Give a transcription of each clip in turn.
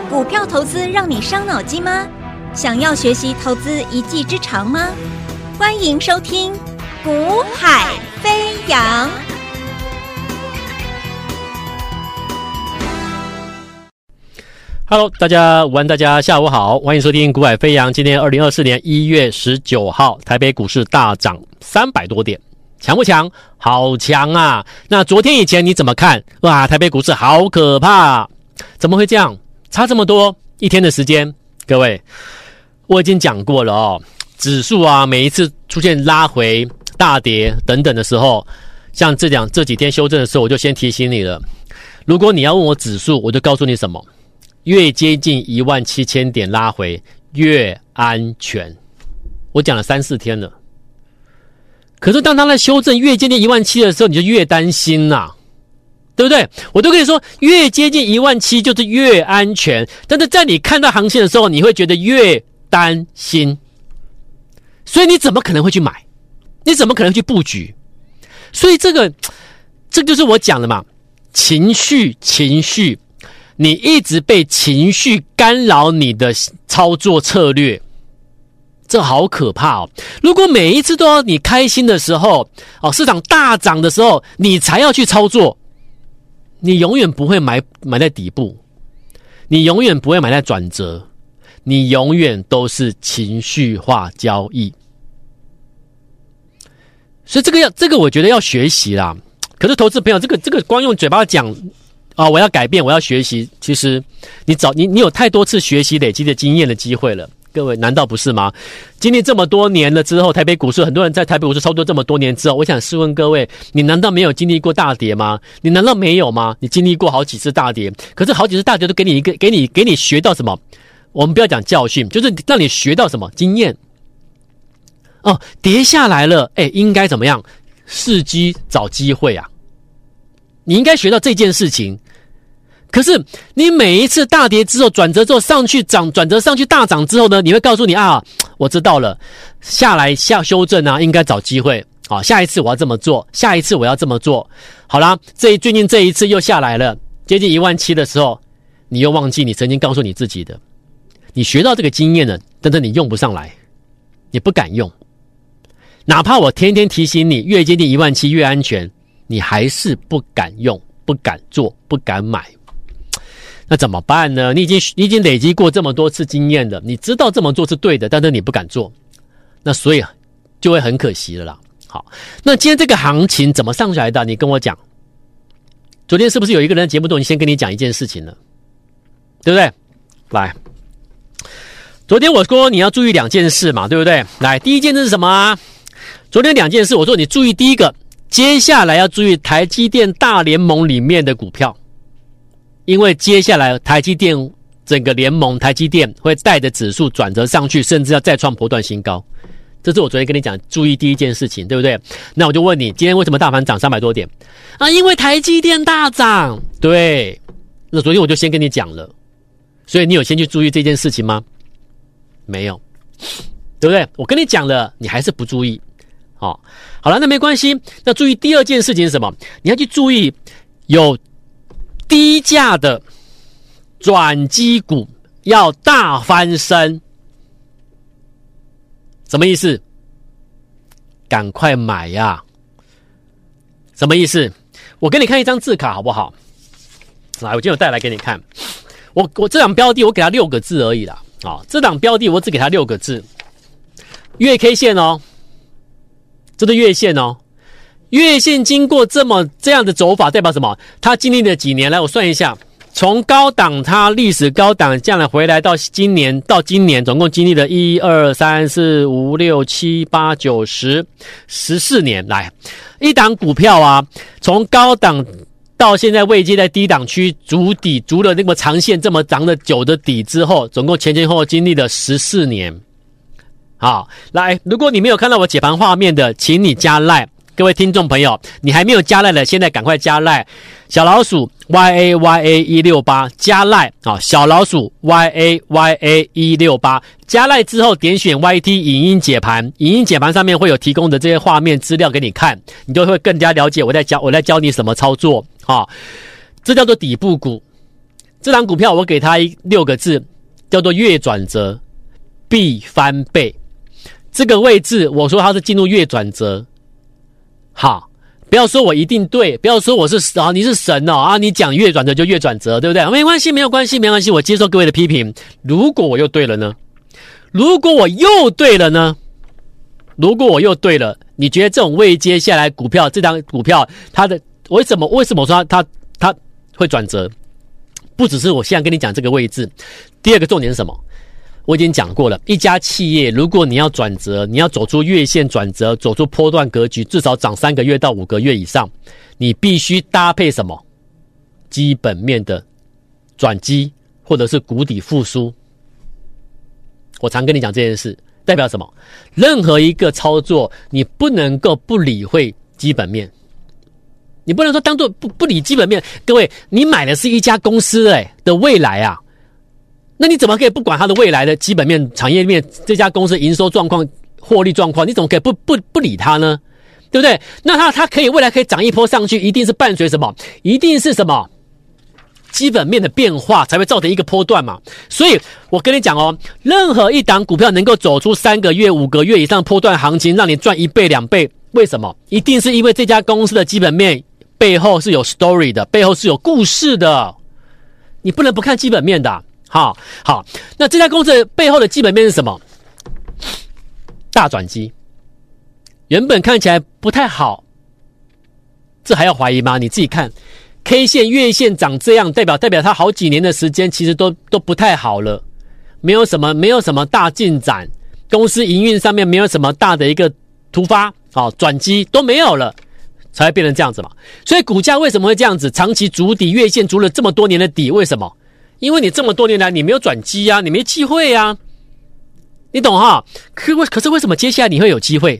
股票投资让你伤脑筋吗？想要学习投资一技之长吗？欢迎收听《股海飞扬》。 Hello， 大家午安，大家下午好，欢迎收听《股海飞扬》。今天2024年1月19号，台北股市大涨300多点，强不强？好强啊！那昨天以前你怎么看？哇，台北股市好可怕，怎么会这样？差这么多一天的时间，各位，我已经讲过了哦。指数啊，每一次出现拉回、大跌等等的时候，像这几天修正的时候，我就先提醒你了。如果你要问我指数，我就告诉你什么？越接近17000点拉回越安全。我讲了3-4天了。可是当它在修正越接近17000的时候，你就越担心啊，对不对？我都跟你说，越接近17000就是越安全，但是在你看到行情的时候，你会觉得越担心。所以你怎么可能会去买？你怎么可能去布局？所以这就是我讲的嘛，情绪，你一直被情绪干扰你的操作策略，这好可怕哦。如果每一次都要你开心的时候，市场大涨的时候，你才要去操作，你永远不会买在底部，你永远不会买在转折，你永远都是情绪化交易。所以这个我觉得要学习啦。可是投资朋友，这个光用嘴巴讲我要改变，我要学习，其实你有太多次学习累积的经验的机会了。各位，难道不是吗？经历这么多年了之后，台北股市很多人在台北股市操作这么多年之后，我想试问各位，你难道没有经历过大跌吗？你难道没有吗？你经历过好几次大跌，可是好几次大跌都给你学到什么？我们不要讲教训，就是让你学到什么经验。跌下来了，应该怎么样？伺机找机会啊！你应该学到这件事情。可是你每一次大跌之后，转折之后上去涨，转折上去大涨之后呢，你会告诉你我知道了，下修正啊，应该找机会。下一次我要这么做，下一次我要这么做。好啦，最近这一次又下来了，接近17000的时候，你又忘记你曾经告诉你自己的，你学到这个经验了，但是你用不上来，你不敢用。哪怕我天天提醒你，越接近17000越安全，你还是不敢用，不敢做，不敢买。那怎么办呢？你已经累积过这么多次经验了，你知道这么做是对的，但是你不敢做，那所以就会很可惜了啦。好，那今天这个行情怎么上来的？你跟我讲。昨天是不是有一个人的节目中先跟你讲一件事情了，对不对？来，昨天我说你要注意2件事嘛，对不对？来，第一件事是什么啊？昨天2件事，我说你注意第一个，接下来要注意台积电大联盟里面的股票，因为接下来台积电整个联盟，台积电会带着指数转折上去，甚至要再创波段新高。这是我昨天跟你讲注意第一件事情，对不对？那我就问你，今天为什么大盘涨300多点因为台积电大涨。对，那昨天我就先跟你讲了，所以你有先去注意这件事情吗？没有，对不对？我跟你讲了，你还是不注意。好了，那没关系。那注意第二件事情是什么？你要去注意有低价的转机股要大翻身。什么意思？赶快买呀！什么意思？我给你看一张字卡好不好？来，我今天有带来给你看。我这档标的我给它6个字而已啦。这档标的我只给它6个字。月 K 线哦。这是月线哦，月线经过这样的走法，代表什么？它经历了几年？来，我算一下，从高档它历史高档这样来回来到今年，总共经历了1、2、3、4、5、6、7、8、9、10 14年。来，一档股票啊，从高档到现在位阶在低档区筑底，筑了那么长线这么长的久的底之后，总共前后经历了14年。好，来，如果你没有看到我解盘画面的，请你加 LINE。各位听众朋友，你还没有加 LINE的，现在赶快加 LINE。小老鼠 YAYA168 加 LINE， 小老鼠 YAYA168 加 LINE 之后，点选 YT 影音解盘，影音解盘上面会有提供的这些画面资料给你看，你就会更加了解我在教你什么操作。这叫做底部股。 这档股票我给它6个字，叫做月转折必翻倍。这个位置我说它是进入月转折，好，不要说我一定对，不要说我是你是神你讲月转折就月转折，对不对？没关系，没有关系，没关系，我接受各位的批评。如果我又对了呢？如果我又对了呢？如果我又对了，你觉得这种位阶下来股票，这档股票它的为什么我说它会转折？不只是我现在跟你讲这个位置，第二个重点是什么？我已经讲过了，一家企业如果你要转折，你要走出月线转折，走出波段格局，至少涨3个月到5个月以上，你必须搭配什么？基本面的转机或者是谷底复苏。我常跟你讲这件事，代表什么？任何一个操作你不能够不理会基本面，你不能说当作不理基本面。各位，你买的是一家公司的未来啊，那你怎么可以不管它的未来的基本面、产业面，这家公司营收状况、获利状况，你怎么可以不理它呢？对不对？那它可以未来可以涨一波上去，一定是伴随什么？一定是什么？基本面的变化才会造成一个波段嘛。所以我跟你讲任何一档股票能够走出3个月、5个月以上波段行情，让你赚1倍、2倍，为什么？一定是因为这家公司的基本面背后是有 story 的，背后是有故事的，你不能不看基本面的。好，那这家公司背后的基本面是什么？大转机，原本看起来不太好，这还要怀疑吗？你自己看 K 线、月线长这样，代表它好几年的时间其实都不太好了，没有什么大进展，公司营运上面没有什么大的一个突发转机都没有了，才会变成这样子嘛。所以股价为什么会这样子？长期筑底，月线筑了这么多年的底，为什么？因为你这么多年来你没有转机啊，你没机会啊，你懂可是为什么接下来你会有机会？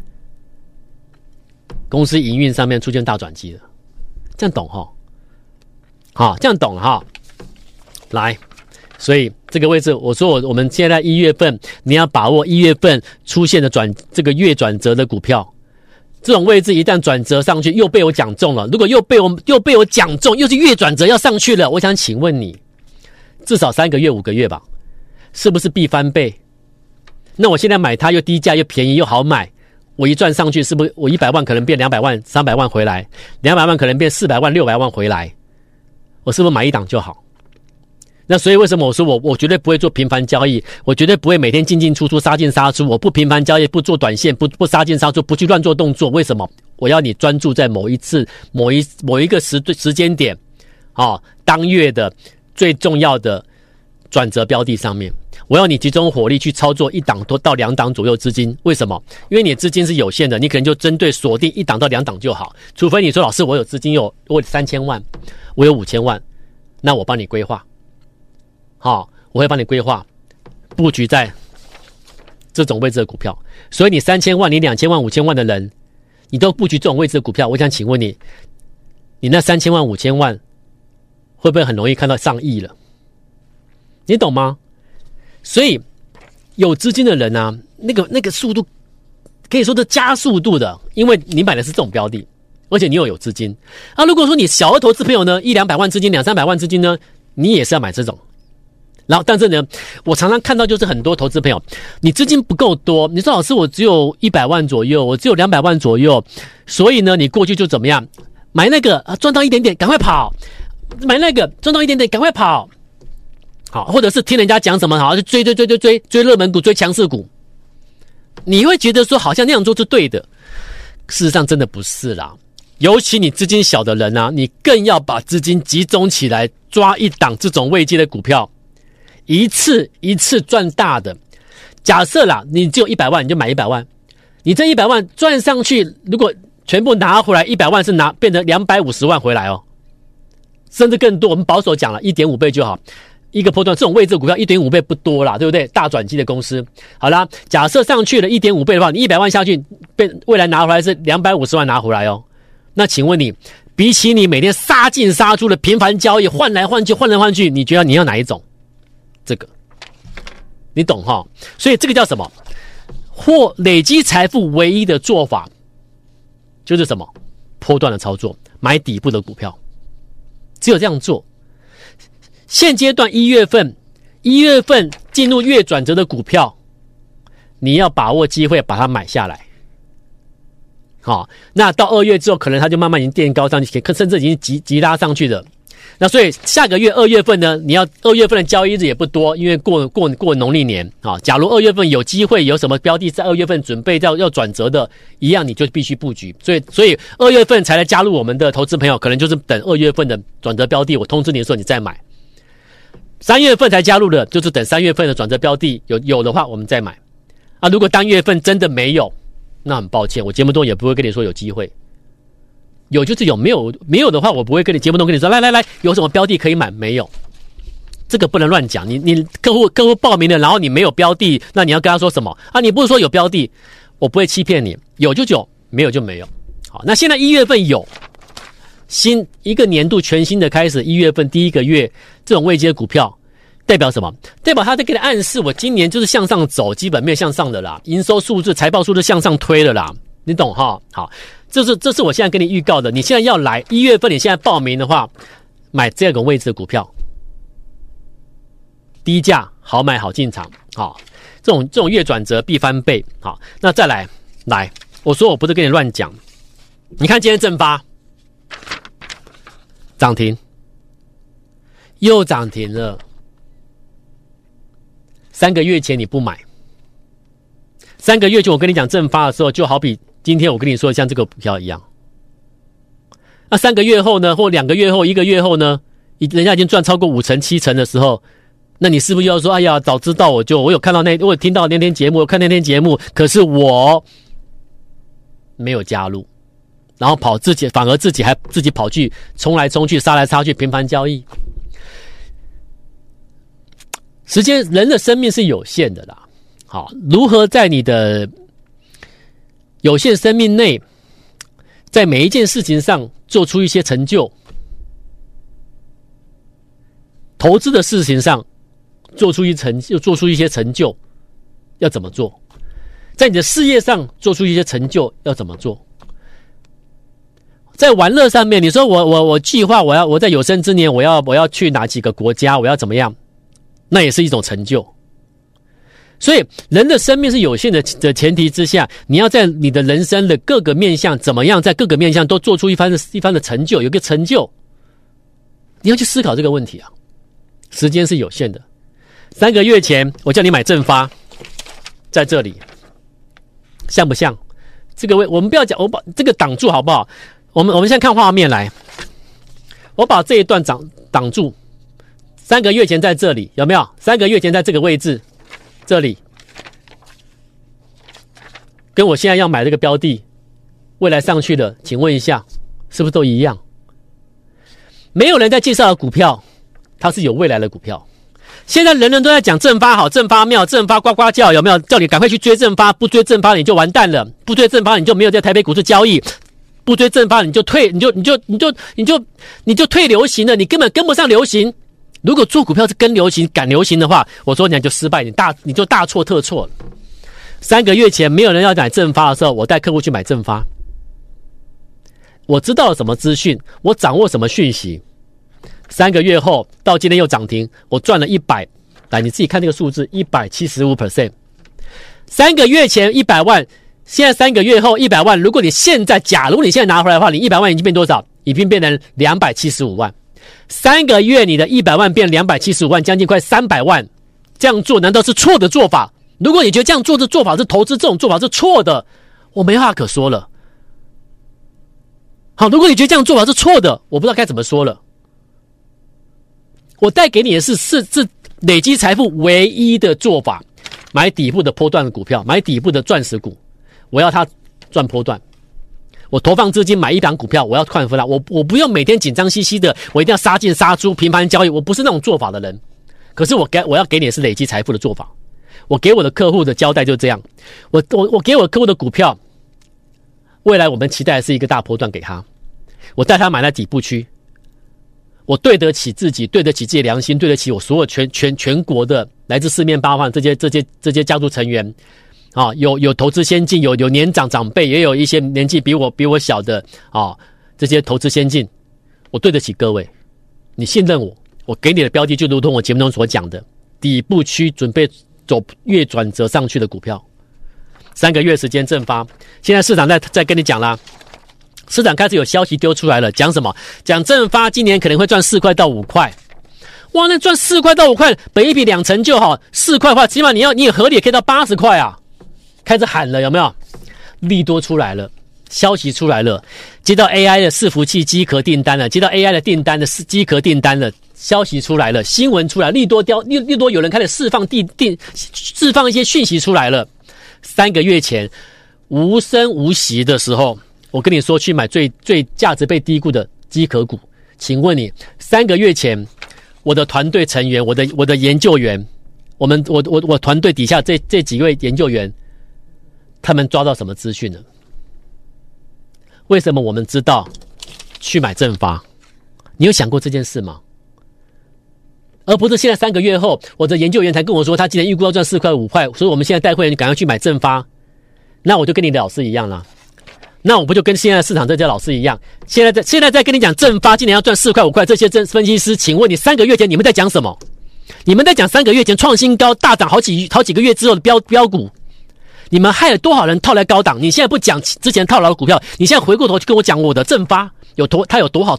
公司营运上面出现大转机了，这样懂这样懂来，所以这个位置我说我们现在1月份，你要把握1月份出现的这个月转折的股票，这种位置一旦转折上去，又被我讲中了。如果又被我讲中，又是月转折要上去了，我想请问你，至少3个月、5个月吧，是不是必翻倍？那我现在买它又低价又便宜又好买，我一赚上去，是不是我100万可能变200万、300万回来，200万可能变400万、600万回来？我是不是买一档就好？那所以为什么我说我绝对不会做频繁交易，我绝对不会每天进进出出、杀进杀出，我不频繁交易，不做短线，不杀进杀出，不去乱做动作。为什么？我要你专注在某一个时间点当月的最重要的转折标的上面，我要你集中火力去操作1档到2档左右资金。为什么？因为你的资金是有限的，你可能就针对锁定1档到2档就好。除非你说老师我有资金我有3000万，我有5000万，那我帮你规划。我会帮你规划布局在这种位置的股票。所以你3000万、你2000万、5000万的人，你都布局这种位置的股票，我想请问你，你那3000万、5000万会不会很容易看到上亿了？你懂吗？所以有资金的人啊，那个速度可以说是加速度的，因为你买的是这种标的，而且你又有资金如果说你小额投资朋友呢，100-200万资金、200-300万资金呢，你也是要买这种。然后但是呢，我常常看到就是很多投资朋友，你资金不够多，你说老师我只有100万左右，我只有200万左右，所以呢你过去就怎么样，买那个赚到一点点赶快跑，买那个赚到一点点赶快跑，或者是听人家讲什么就追热门股、追强势股，你会觉得说好像那样做是对的，事实上真的不是啦。尤其你资金小的人啊，你更要把资金集中起来，抓1档这种位阶的股票，一次赚大的。假设啦，你只有100万，你就买100万，你这100万赚上去，如果全部拿回来，100万是变成250万回来甚至更多。我们保守讲了 1.5 倍就好，一个波段这种位置股票 1.5 倍不多啦，对不对？大转机的公司。好啦，假设上去了 1.5 倍的话，你100万下去，未来拿回来是250万拿回来那请问你，比起你每天杀进杀出的频繁交易，换来换去，你觉得你要哪一种？这个你懂所以这个叫什么？或累积财富唯一的做法就是什么？波段的操作，买底部的股票，只有这样做。 现阶段1月份进入月转折的股票，你要把握机会把它买下来。好，那到2月之后，可能它就慢慢已经垫高上去，甚至已经急拉上去了。那所以下个月2月份呢，你要2月份的交易日也不多，因为过农历年啊。假如2月份有机会有什么标的在2月份准备要转折的，一样你就必须布局。所以2月份才来加入我们的投资朋友，可能就是等2月份的转折标的，我通知你的时候你再买。3月份才加入的，就是等3月份的转折标的有的话我们再买。啊，如果当月份真的没有，那很抱歉，我节目中也不会跟你说有机会。有就是有，没有的话，我不会跟你节目中跟你说，来，有什么标的可以买？没有，这个不能乱讲。你客户报名了，然后你没有标的，那你要跟他说什么啊？你不是说有标的，我不会欺骗你，有就有，没有就没有。好，那现在1月份有新一个年度全新的开始，1月份第一个月这种位阶股票，代表什么？代表他在给你暗示，我今年就是向上走，基本面向上的啦，营收数字、财报数字向上推了啦，你懂哈？好。这是我现在跟你预告的，你现在要来1月份，你现在报名的话，买这个位置的股票，低价好买好进场，好，这种月转折必翻倍，好，那再来，我说我不是跟你乱讲，你看今天正发涨停，又涨停了，3个月前你不买，3个月前我跟你讲正发的时候，就好比今天我跟你说像这个股票一样，那3个月后呢，或2个月后、1个月后呢，人家已经赚超过5成、7成的时候，那你是不是要说，哎呀，早知道我有看到我有听到那天节目，我看那天节目，可是我没有加入，然后反而自己还跑去冲来冲去、杀来杀去，频繁交易。时间，人的生命是有限的啦，好，如何在你的有限生命内，在每一件事情上做出一些成就，投资的事情上做出一些成就，要怎么做？在你的事业上做出一些成就，要怎么做？在玩乐上面，你说我计划我在有生之年我要去哪几个国家，我要怎么样？那也是一种成就。所以人的生命是有限的前提之下，你要在你的人生的各个面向怎么样在各个面向都做出一番的成就，有个成就，你要去思考这个问题啊。时间是有限的，3个月前我叫你买正发，在这里像不像？这个我们不要讲，我把这个挡住好不好？我们现在看画面来，我把这一段挡住。3个月前在这里有没有？3个月前在这个位置这里，跟我现在要买这个标的未来上去的，请问一下是不是都一样？没有人在介绍的股票，它是有未来的股票。现在人人都在讲正发好，正发妙，正发呱呱叫，有没有？叫你赶快去追正发，不追正发你就完蛋了，不追正发你就没有在台北股市交易，不追正发你就退流行了，你根本跟不上流行。如果做股票是跟流行赶流行的话，我说你就失败，你就大错特错了。3个月前没有人要买正发的时候，我带客户去买正发，我知道了什么资讯，我掌握什么讯息。3个月后到今天又涨停，我赚了100，来你自己看这个数字 175%。 3个月前100万，现在3个月后100万，假如你现在拿回来的话，你100万已经变多少？已经变成275万。3个月你的100万变275万，将近快300万，这样做难道是错的做法？如果你觉得这样做的做法是投资这种做法是错的，我没话可说了。好，如果你觉得这样做法是错的，我不知道该怎么说了。我带给你的是累积财富唯一的做法，买底部的波段的股票，买底部的钻石股，我要它赚波段。我投放资金买一档股票，我要看分啦，我不用每天紧张兮兮的，我一定要杀进杀出，频繁交易，我不是那种做法的人。可是我要给你的是累积财富的做法。我给我的客户的交代就是这样，我给我客户的股票，未来我们期待的是一个大波段给他，我带他买在底部区，我对得起自己，对得起自己的良心，对得起我所有全国的来自四面八方这些家族成员。啊，有投资先进，有年长辈，也有一些年纪比我小的啊，这些投资先进，我对得起各位，你信任我， 我给你的标的就如同我节目中所讲的，底部区准备走月转折上去的股票，3个月时间正发。现在市场在跟你讲啦，市场开始有消息丢出来了，讲什么？讲正发今年可能会赚4块到5块。哇，那赚4块到5块，本益比2成就好，4块的话，起码你也合理也可以到80块啊！开始喊了，有没有？利多出来了，消息出来了，接到 AI 的伺服器机壳订单了，接到 AI 的订单的机壳订单了，消息出来了，新闻出来，利多有人开始释放一些讯息出来了。3个月前无声无息的时候，我跟你说去买最价值被低估的机壳股，请问你3个月前我的团队成员，我的研究员，我团队底下这几位研究员，他们抓到什么资讯了？为什么我们知道去买正发？你有想过这件事吗？而不是现在3个月后，我的研究员才跟我说，他今年预估要赚4块5块，所以我们现在带会员赶快去买正发。那我就跟你的老师一样啦，那我不就跟现在市场这家老师一样？现在在跟你讲正发今年要赚4块5块，这些分析师，请问你3个月前你们在讲什么？你们在讲3个月前创新高大涨好几个月之后的标股，你们害了多少人套来高档？你现在不讲之前套牢的股票，你现在回过头去跟我讲我的正发它有多好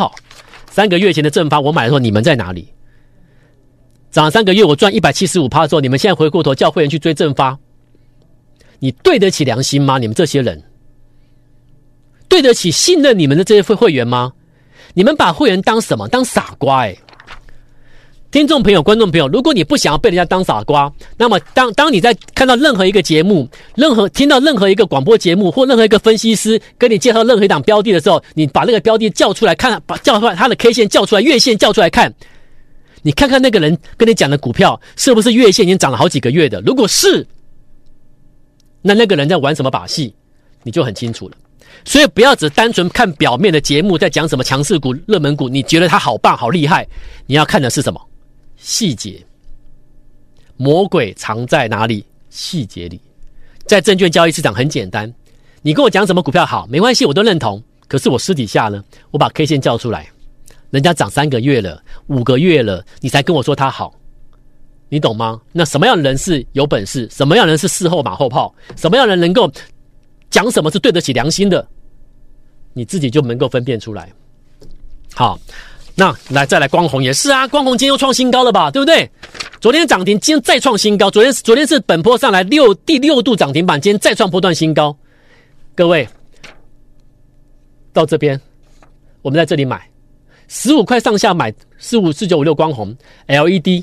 ？3个月前的正发我买的时候，你们在哪里？涨了3个月我赚175%的时候，你们现在回过头叫会员去追正发，你对得起良心吗？你们这些人对得起信任你们的这些会员吗？你们把会员当什么？当傻瓜听众朋友、观众朋友，如果你不想要被人家当傻瓜，那么当你在看到任何一个节目、听到任何一个广播节目或任何一个分析师跟你介绍任何一档标的的时候，你把那个标的叫出来看，叫出来他的 K 线叫出来，月线叫出来看，你看看那个人跟你讲的股票是不是月线已经涨了好几个月的？如果是，那个人在玩什么把戏，你就很清楚了。所以不要只单纯看表面的节目在讲什么强势股、热门股，你觉得它好棒好厉害，你要看的是什么？细节。魔鬼藏在哪里？细节里。在证券交易市场很简单，你跟我讲什么股票好没关系，我都认同，可是我私底下呢，我把 K 线叫出来，人家涨3个月了5个月了，你才跟我说它好，你懂吗？那什么样的人是有本事？什么样的人是事后马后炮？什么样的人能够讲什么是对得起良心的？你自己就能够分辨出来。好，那再来光弘也是啊，光弘今天又创新高了吧，对不对？昨天涨停，今天再创新高。昨天是本波上来第6度涨停板，今天再创波段新高。各位，到这边我们在这里买15块上下买45、49、56光弘 LED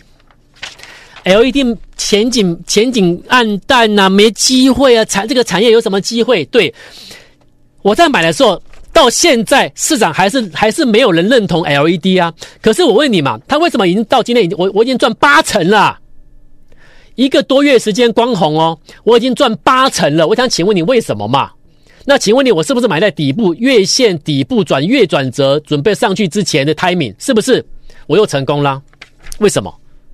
前景暗淡啊，没机会啊，这个产业有什么机会？对，我在买的时候，到现在市场还是没有人认同 LED 啊。可是我问你嘛，它为什么已经到今天我已经赚8成了？1个多月时间光弘哦，我已经赚8成了。我想请问你为什么嘛？那请问你我是不是买在底部月线底部月转折准备上去之前的 timing？ 是不是我又成功了？为什么？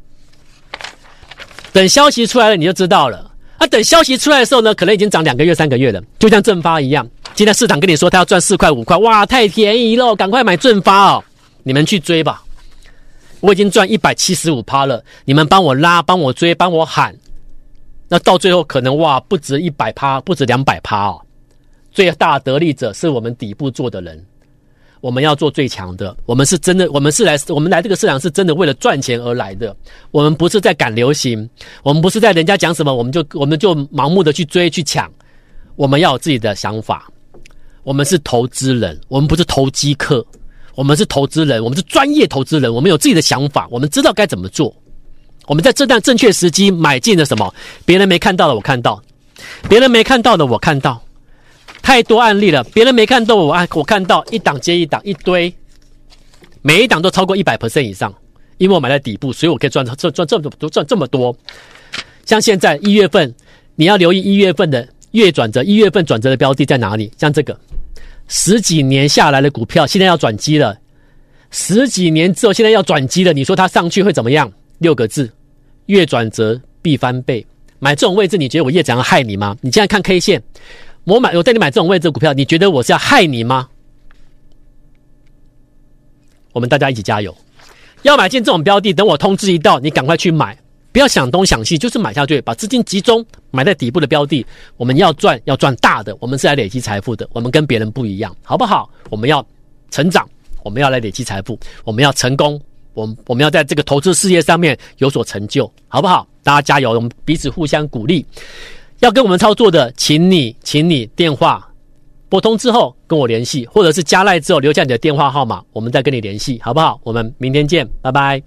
等消息出来了你就知道了啊！等消息出来的时候呢，可能已经涨2个月3个月了，就像正发一样。今天市场跟你说他要赚4块5块，哇，太便宜了，赶快买正发哦！你们去追吧，我已经赚175%了，你们帮我拉，帮我追，帮我喊，那到最后可能哇，不止100%，不止200%哦。最大得利者是我们底部做的人，我们要做最强的。我们是真的，我们来这个市场是真的为了赚钱而来的。我们不是在赶流行，我们不是在人家讲什么我们就盲目的去追去抢。我们要有自己的想法。我们是投资人，我们不是投机客。我们是投资人，我们是专业投资人，我们有自己的想法，我们知道该怎么做。我们在这段正确时机买进了什么？别人没看到的我看到，别人没看到的我看到。太多案例了，别人没看到我看到，一档接一档，一堆，每一档都超过 100% 以上，因为我买在底部，所以我可以赚这么多。像现在1月份，你要留意1月份的月转折，1月份转折的标的在哪里？像这个10几年下来的股票，现在要转机了，10几年之后现在要转机了，你说它上去会怎么样？6个字，月转折必翻倍。买这种位置，你觉得我业长要害你吗？你现在看 K 线。我带你买这种位置的股票，你觉得我是要害你吗？我们大家一起加油， 要买进这种标的，等我通知一到，你赶快去买，不要想东想西，就是买下去，把资金集中买在底部的标的。我们要赚大的，我们是来累积财富的，我们跟别人不一样，好不好？我们要成长，我们要来累积财富，我们要成功，我们要在这个投资事业上面有所成就，好不好？大家加油，我们彼此互相鼓励。要跟我们操作的，请你电话拨通之后跟我联系，或者是加赖之后留下你的电话号码，我们再跟你联系，好不好？我们明天见，拜拜。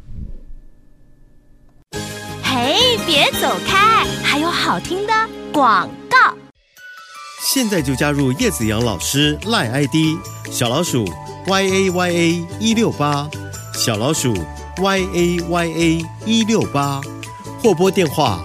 嘿，别走开，还有好听的广告。 现在就加入叶子阳老师 LINE ID 小老鼠 YAYA168， 小老鼠 YAYA168， 或拨电话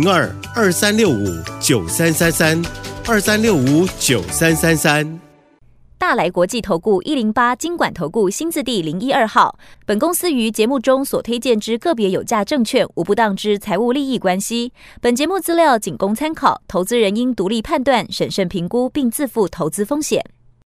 02-2365-9333 2365-9333。 大来国际投顾108金管投顾新字第012号。本公司于节目中所推荐之个别有价证券，无不当之财务利益关系。本节目资料仅供参考，投资人应独立判断、审慎评估，并自负投资风险。